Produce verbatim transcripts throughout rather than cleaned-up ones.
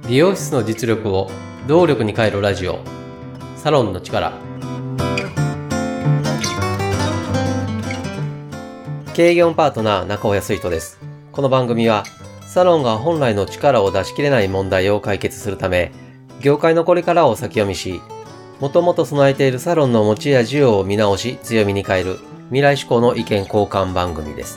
美容室の実力を動力に変えるラジオ、サロンの力。経営業パートナー中尾康人です。この番組はサロンが本来の力を出し切れない問題を解決するため、業界のこれからを先読みし、もともと備えているサロンの持ち味を見直し強みに変える未来志向の意見交換番組です。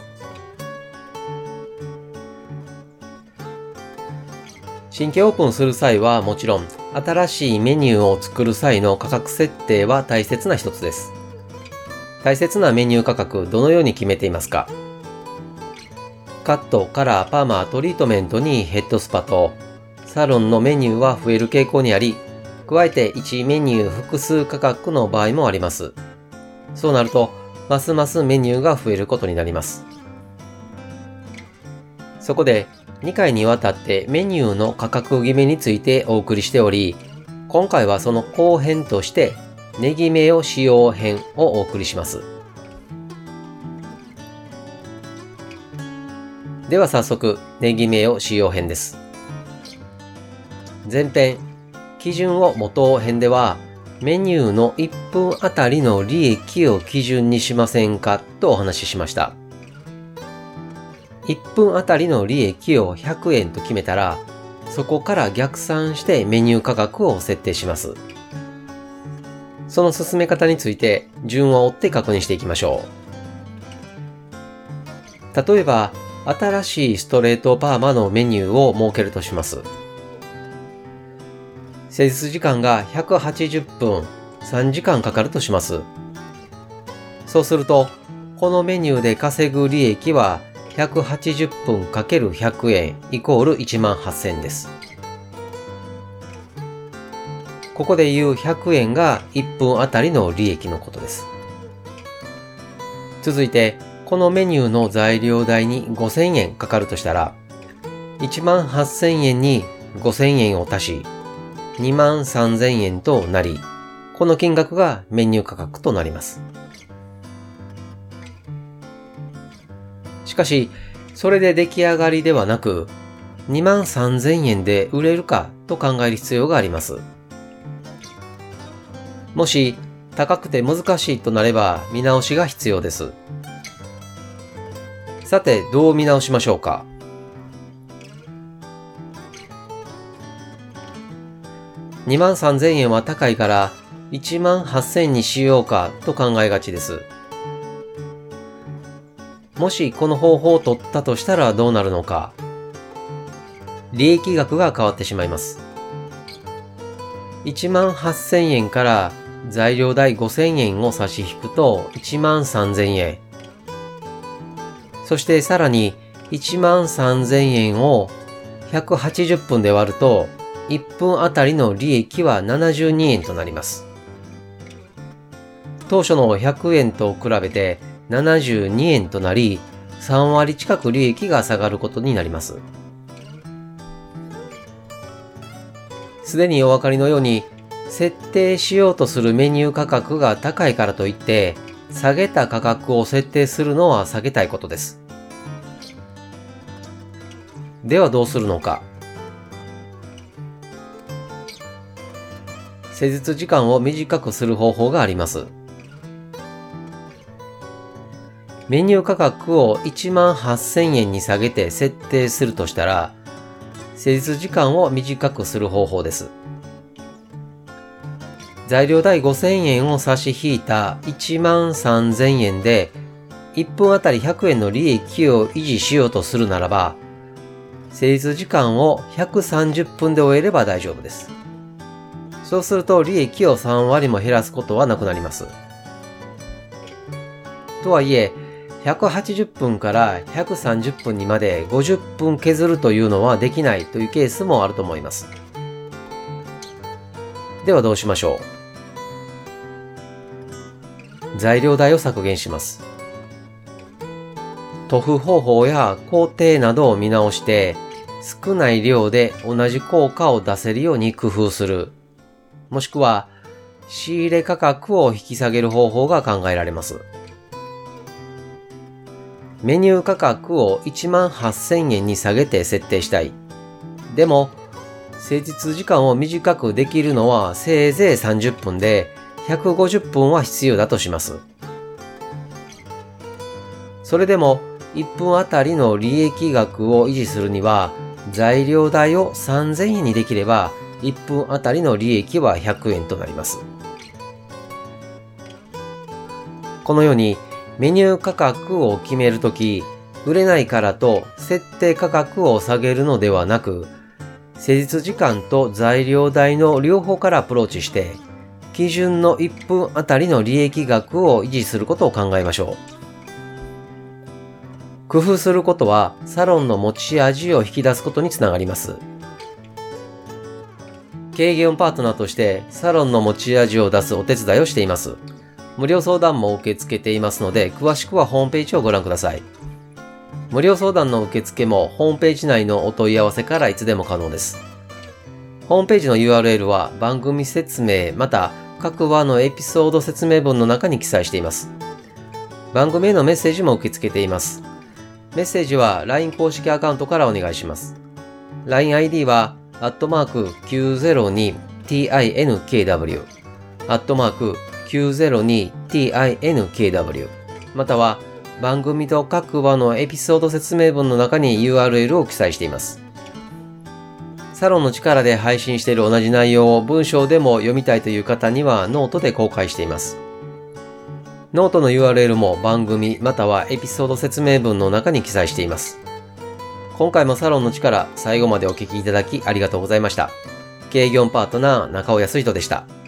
新規オープンする際はもちろん、新しいメニューを作る際の価格設定は大切な一つです。大切なメニュー価格、どのように決めていますか？カット、カラー、パーマ、トリートメントにヘッドスパと、サロンのメニューは増える傾向にあり、加えていちメニュー複数価格の場合もあります。そうなると、ますますメニューが増えることになります。そこで、にかいにわたってメニューの価格決めについてお送りしており、今回はその後編として、ネギ目を使用編をお送りします。では早速、ネギ目を使用編です。前編、基準を元編では、メニューのいっぷんあたりの利益を基準にしませんかとお話ししました。いっぷんあたりの利益をひゃくえんと決めたら、そこから逆算してメニュー価格を設定します。その進め方について順を追って確認していきましょう。例えば、新しいストレートパーマのメニューを設けるとします。施術時間がひゃくはちじゅっぷん、さんじかんかかるとします。そうすると、このメニューで稼ぐ利益はひゃくはちじゅっぷんかけるひゃくえんイコールいちまんはっせんえんです。ここで言うひゃくえんがいっぷんあたりの利益のことです。続いて、このメニューの材料代にごせんえんかかるとしたら、いちまんはっせんえんにごせんえんを足し、にまんさんぜんえんとなり、この金額がメニュー価格となります。しかし、それで出来上がりではなく、にまんさんぜんえんで売れるかと考える必要があります。もし、高くて難しいとなれば見直しが必要です。さて、どう見直しましょうか。にまんさんぜんえんは高いからいちまんはっせんえんにしようかと考えがちです。もしこの方法を取ったとしたらどうなるのか。利益額が変わってしまいます。いちまんはっせんえんから材料代ごせんえんを差し引くといちまんさんぜんえん。そしてさらにいちまんさんぜんえんをひゃくはちじゅっぷんで割るといっぷんあたりの利益はななじゅうにえんとなります。当初のひゃくえんと比べてななじゅうにえんとなり、さんわり近く利益が下がることになります。すでにお分かりのように、設定しようとするメニュー価格が高いからといって、下げた価格を設定するのは避けたいことです。ではどうするのか。施術時間を短くする方法があります。メニュー価格をいちまんはっせんえんに下げて設定するとしたら、施術時間を短くする方法です。材料代ごせんえんを差し引いたいちまんさんぜんえんで、いっぷんあたりひゃくえんの利益を維持しようとするならば、施術時間をひゃくさんじゅっぷんで終えれば大丈夫です。そうすると利益をさんわりも減らすことはなくなります。とはいえ、ひゃくはちじゅっぷんからひゃくさんじゅっぷんにまでごじゅっぷん削るというのはできないというケースもあると思います。ではどうしましょう。材料代を削減します。塗布方法や工程などを見直して、少ない量で同じ効果を出せるように工夫する。もしくは、仕入れ価格を引き下げる方法が考えられます。メニュー価格をいちまんはっせんえんに下げて設定したい。でも、 施術時間を短くできるのはせいぜいさんじゅっぷんで、ひゃくごじゅっぷんは必要だとします。それでもいっぷんあたりの利益額を維持するには、材料代をさんぜんえんにできれば、いっぷんあたりの利益はひゃくえんとなります。このようにメニュー価格を決めるとき、売れないからと設定価格を下げるのではなく、施術時間と材料代の両方からアプローチして、基準のいっぷんあたりの利益額を維持することを考えましょう。工夫することはサロンの持ち味を引き出すことにつながります。経営業務パートナーとしてサロンの持ち味を出すお手伝いをしています。無料相談も受け付けていますので、詳しくはホームページをご覧ください。無料相談の受付もホームページ内のお問い合わせからいつでも可能です。ホームページの ユーアールエル は番組説明また各話のエピソード説明文の中に記載しています。番組へのメッセージも受け付けています。メッセージは ライン 公式アカウントからお願いします。ラインアイディー は、アットマーク きゅうぜろにティーアイエヌケーダブリュー、アットマーク きゅうぜろにティーアイエヌケーダブリュー、または、番組と各話のエピソード説明文の中に ユーアールエル を記載しています。サロンの力で配信している同じ内容を文章でも読みたいという方にはノートで公開しています。ノートの ユーアールエル も番組またはエピソード説明文の中に記載しています。今回もサロンの力、最後までお聞きいただきありがとうございました。経営業務パートナー中尾康人でした。